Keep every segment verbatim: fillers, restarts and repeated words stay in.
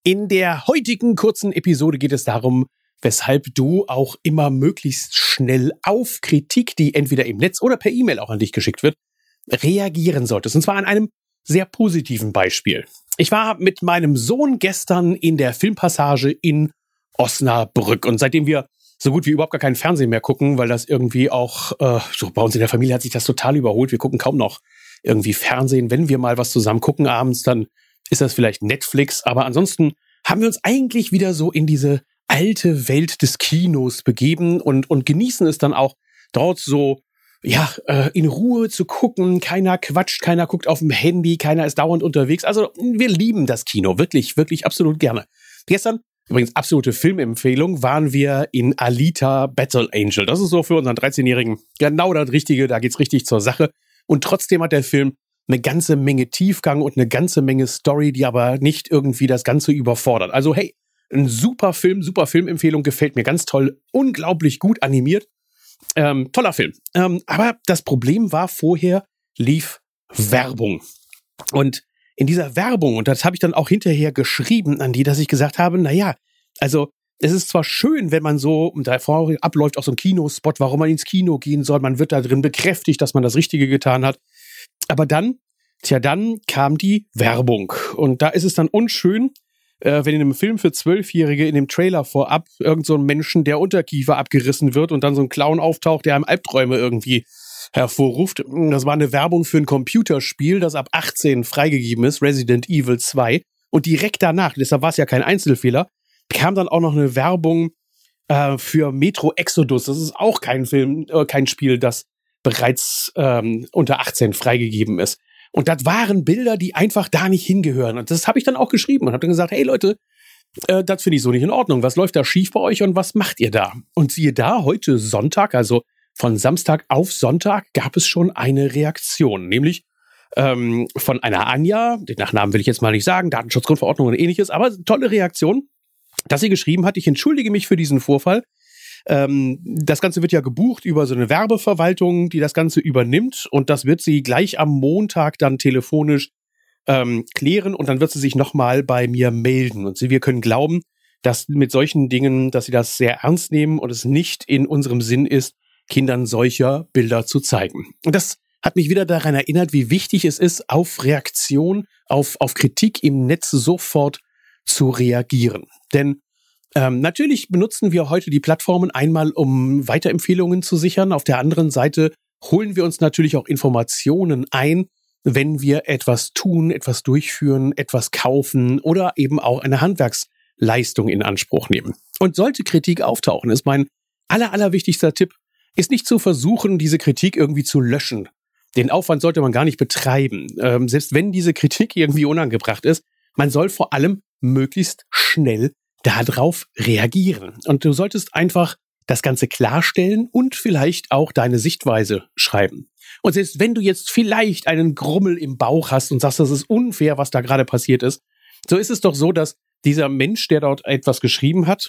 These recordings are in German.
In der heutigen kurzen Episode geht es darum, weshalb du auch immer möglichst schnell auf Kritik, die entweder im Netz oder per E-Mail auch an dich geschickt wird, reagieren solltest. Und zwar an einem sehr positiven Beispiel. Ich war mit meinem Sohn gestern in der Filmpassage in Osnabrück. Und seitdem wir so gut wie überhaupt gar keinen Fernsehen mehr gucken, weil das irgendwie auch, äh, so bei uns in der Familie hat sich das total überholt. Wir gucken kaum noch irgendwie Fernsehen. Wenn wir mal was zusammen gucken abends, dann ist das vielleicht Netflix. Aber ansonsten haben wir uns eigentlich wieder so in diese alte Welt des Kinos begeben und, und genießen es dann auch, dort so ja äh, in Ruhe zu gucken. Keiner quatscht, keiner guckt auf dem Handy, keiner ist dauernd unterwegs. Also wir lieben das Kino, wirklich, wirklich absolut gerne. Gestern, übrigens absolute Filmempfehlung, waren wir in Alita Battle Angel. Das ist so für unseren dreizehnjährigen genau das Richtige, da geht's richtig zur Sache. Und trotzdem hat der Film eine ganze Menge Tiefgang und eine ganze Menge Story, die aber nicht irgendwie das Ganze überfordert. Also hey, ein super Film, super Filmempfehlung, gefällt mir ganz toll, unglaublich gut animiert. Ähm, toller Film. Ähm, aber das Problem war, vorher lief Werbung. Und in dieser Werbung, und das habe ich dann auch hinterher geschrieben an die, dass ich gesagt habe, naja, also es ist zwar schön, wenn man so, und davor abläuft auch so ein Kinospot, warum man ins Kino gehen soll, man wird da drin bekräftigt, dass man das Richtige getan hat. Aber dann, tja, dann kam die Werbung. Und da ist es dann unschön, äh, wenn in einem Film für Zwölfjährige in dem Trailer vorab irgend so ein Menschen der Unterkiefer abgerissen wird und dann so ein Clown auftaucht, der einem Albträume irgendwie hervorruft. Das war eine Werbung für ein Computerspiel, das ab achtzehn freigegeben ist, Resident Evil zwei. Und direkt danach, deshalb war es ja kein Einzelfehler, kam dann auch noch eine Werbung äh, für Metro Exodus. Das ist auch kein Film, äh, kein Spiel, das bereits ähm, unter achtzehn freigegeben ist. Und das waren Bilder, die einfach da nicht hingehören. Und das habe ich dann auch geschrieben und habe dann gesagt, hey Leute, äh, das finde ich so nicht in Ordnung. Was läuft da schief bei euch und was macht ihr da? Und siehe da, heute Sonntag, also von Samstag auf Sonntag, gab es schon eine Reaktion. Nämlich ähm, von einer Anja, den Nachnamen will ich jetzt mal nicht sagen, Datenschutzgrundverordnung und ähnliches, aber tolle Reaktion, dass sie geschrieben hat, ich entschuldige mich für diesen Vorfall. Ähm, das Ganze wird ja gebucht über so eine Werbeverwaltung, die das Ganze übernimmt, und das wird sie gleich am Montag dann telefonisch ähm, klären und dann wird sie sich nochmal bei mir melden. Und sie, wir können glauben, dass mit solchen Dingen, dass sie das sehr ernst nehmen und es nicht in unserem Sinn ist, Kindern solcher Bilder zu zeigen. Und das hat mich wieder daran erinnert, wie wichtig es ist, auf Reaktion, auf, auf Kritik im Netz sofort zu reagieren. Denn Ähm, natürlich benutzen wir heute die Plattformen einmal, um Weiterempfehlungen zu sichern. Auf der anderen Seite holen wir uns natürlich auch Informationen ein, wenn wir etwas tun, etwas durchführen, etwas kaufen oder eben auch eine Handwerksleistung in Anspruch nehmen. Und sollte Kritik auftauchen, ist mein aller, allerwichtigster Tipp, ist nicht zu versuchen, diese Kritik irgendwie zu löschen. Den Aufwand sollte man gar nicht betreiben. Ähm, selbst wenn diese Kritik irgendwie unangebracht ist, man soll vor allem möglichst schnell darauf reagieren. Und du solltest einfach das Ganze klarstellen und vielleicht auch deine Sichtweise schreiben. Und selbst wenn du jetzt vielleicht einen Grummel im Bauch hast und sagst, das ist unfair, was da gerade passiert ist, so ist es doch so, dass dieser Mensch, der dort etwas geschrieben hat,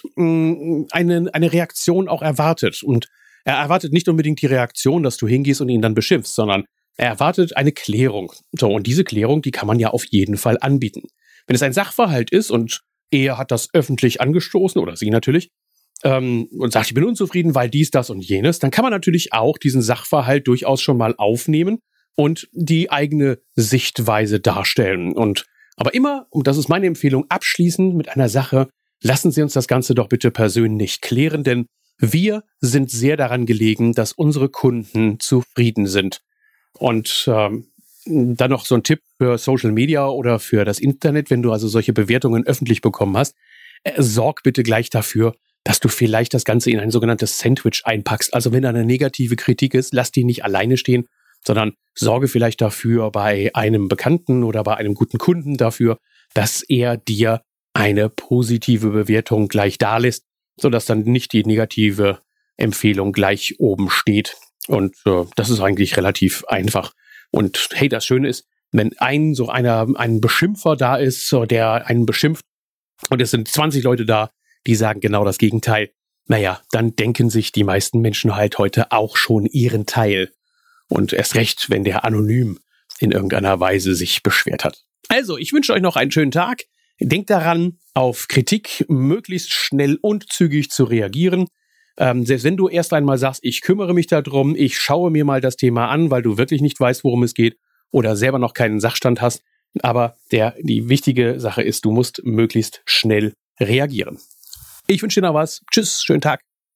eine, eine Reaktion auch erwartet. Und er erwartet nicht unbedingt die Reaktion, dass du hingehst und ihn dann beschimpfst, sondern er erwartet eine Klärung. So, und diese Klärung, die kann man ja auf jeden Fall anbieten. Wenn es ein Sachverhalt ist und er hat das öffentlich angestoßen, oder sie natürlich, ähm, und sagt, ich bin unzufrieden, weil dies, das und jenes, dann kann man natürlich auch diesen Sachverhalt durchaus schon mal aufnehmen und die eigene Sichtweise darstellen. Und aber immer, und das ist meine Empfehlung, abschließend mit einer Sache, lassen Sie uns das Ganze doch bitte persönlich klären, denn wir sind sehr daran gelegen, dass unsere Kunden zufrieden sind. Und ähm, dann noch so ein Tipp für Social Media oder für das Internet, wenn du also solche Bewertungen öffentlich bekommen hast, äh, sorg bitte gleich dafür, dass du vielleicht das Ganze in ein sogenanntes Sandwich einpackst. Also wenn da eine negative Kritik ist, lass die nicht alleine stehen, sondern sorge vielleicht dafür bei einem Bekannten oder bei einem guten Kunden dafür, dass er dir eine positive Bewertung gleich dalässt, sodass dann nicht die negative Empfehlung gleich oben steht. Und äh, das ist eigentlich relativ einfach. Und hey, das Schöne ist, wenn ein so einer ein Beschimpfer da ist, so der einen beschimpft und es sind zwanzig Leute da, die sagen genau das Gegenteil, naja, dann denken sich die meisten Menschen halt heute auch schon ihren Teil. Und erst recht, wenn der anonym in irgendeiner Weise sich beschwert hat. Also, ich wünsche euch noch einen schönen Tag. Denkt daran, auf Kritik möglichst schnell und zügig zu reagieren. Ähm, selbst wenn du erst einmal sagst, ich kümmere mich darum, ich schaue mir mal das Thema an, weil du wirklich nicht weißt, worum es geht oder selber noch keinen Sachstand hast. Aber der, die wichtige Sache ist, du musst möglichst schnell reagieren. Ich wünsche dir noch was. Tschüss, schönen Tag.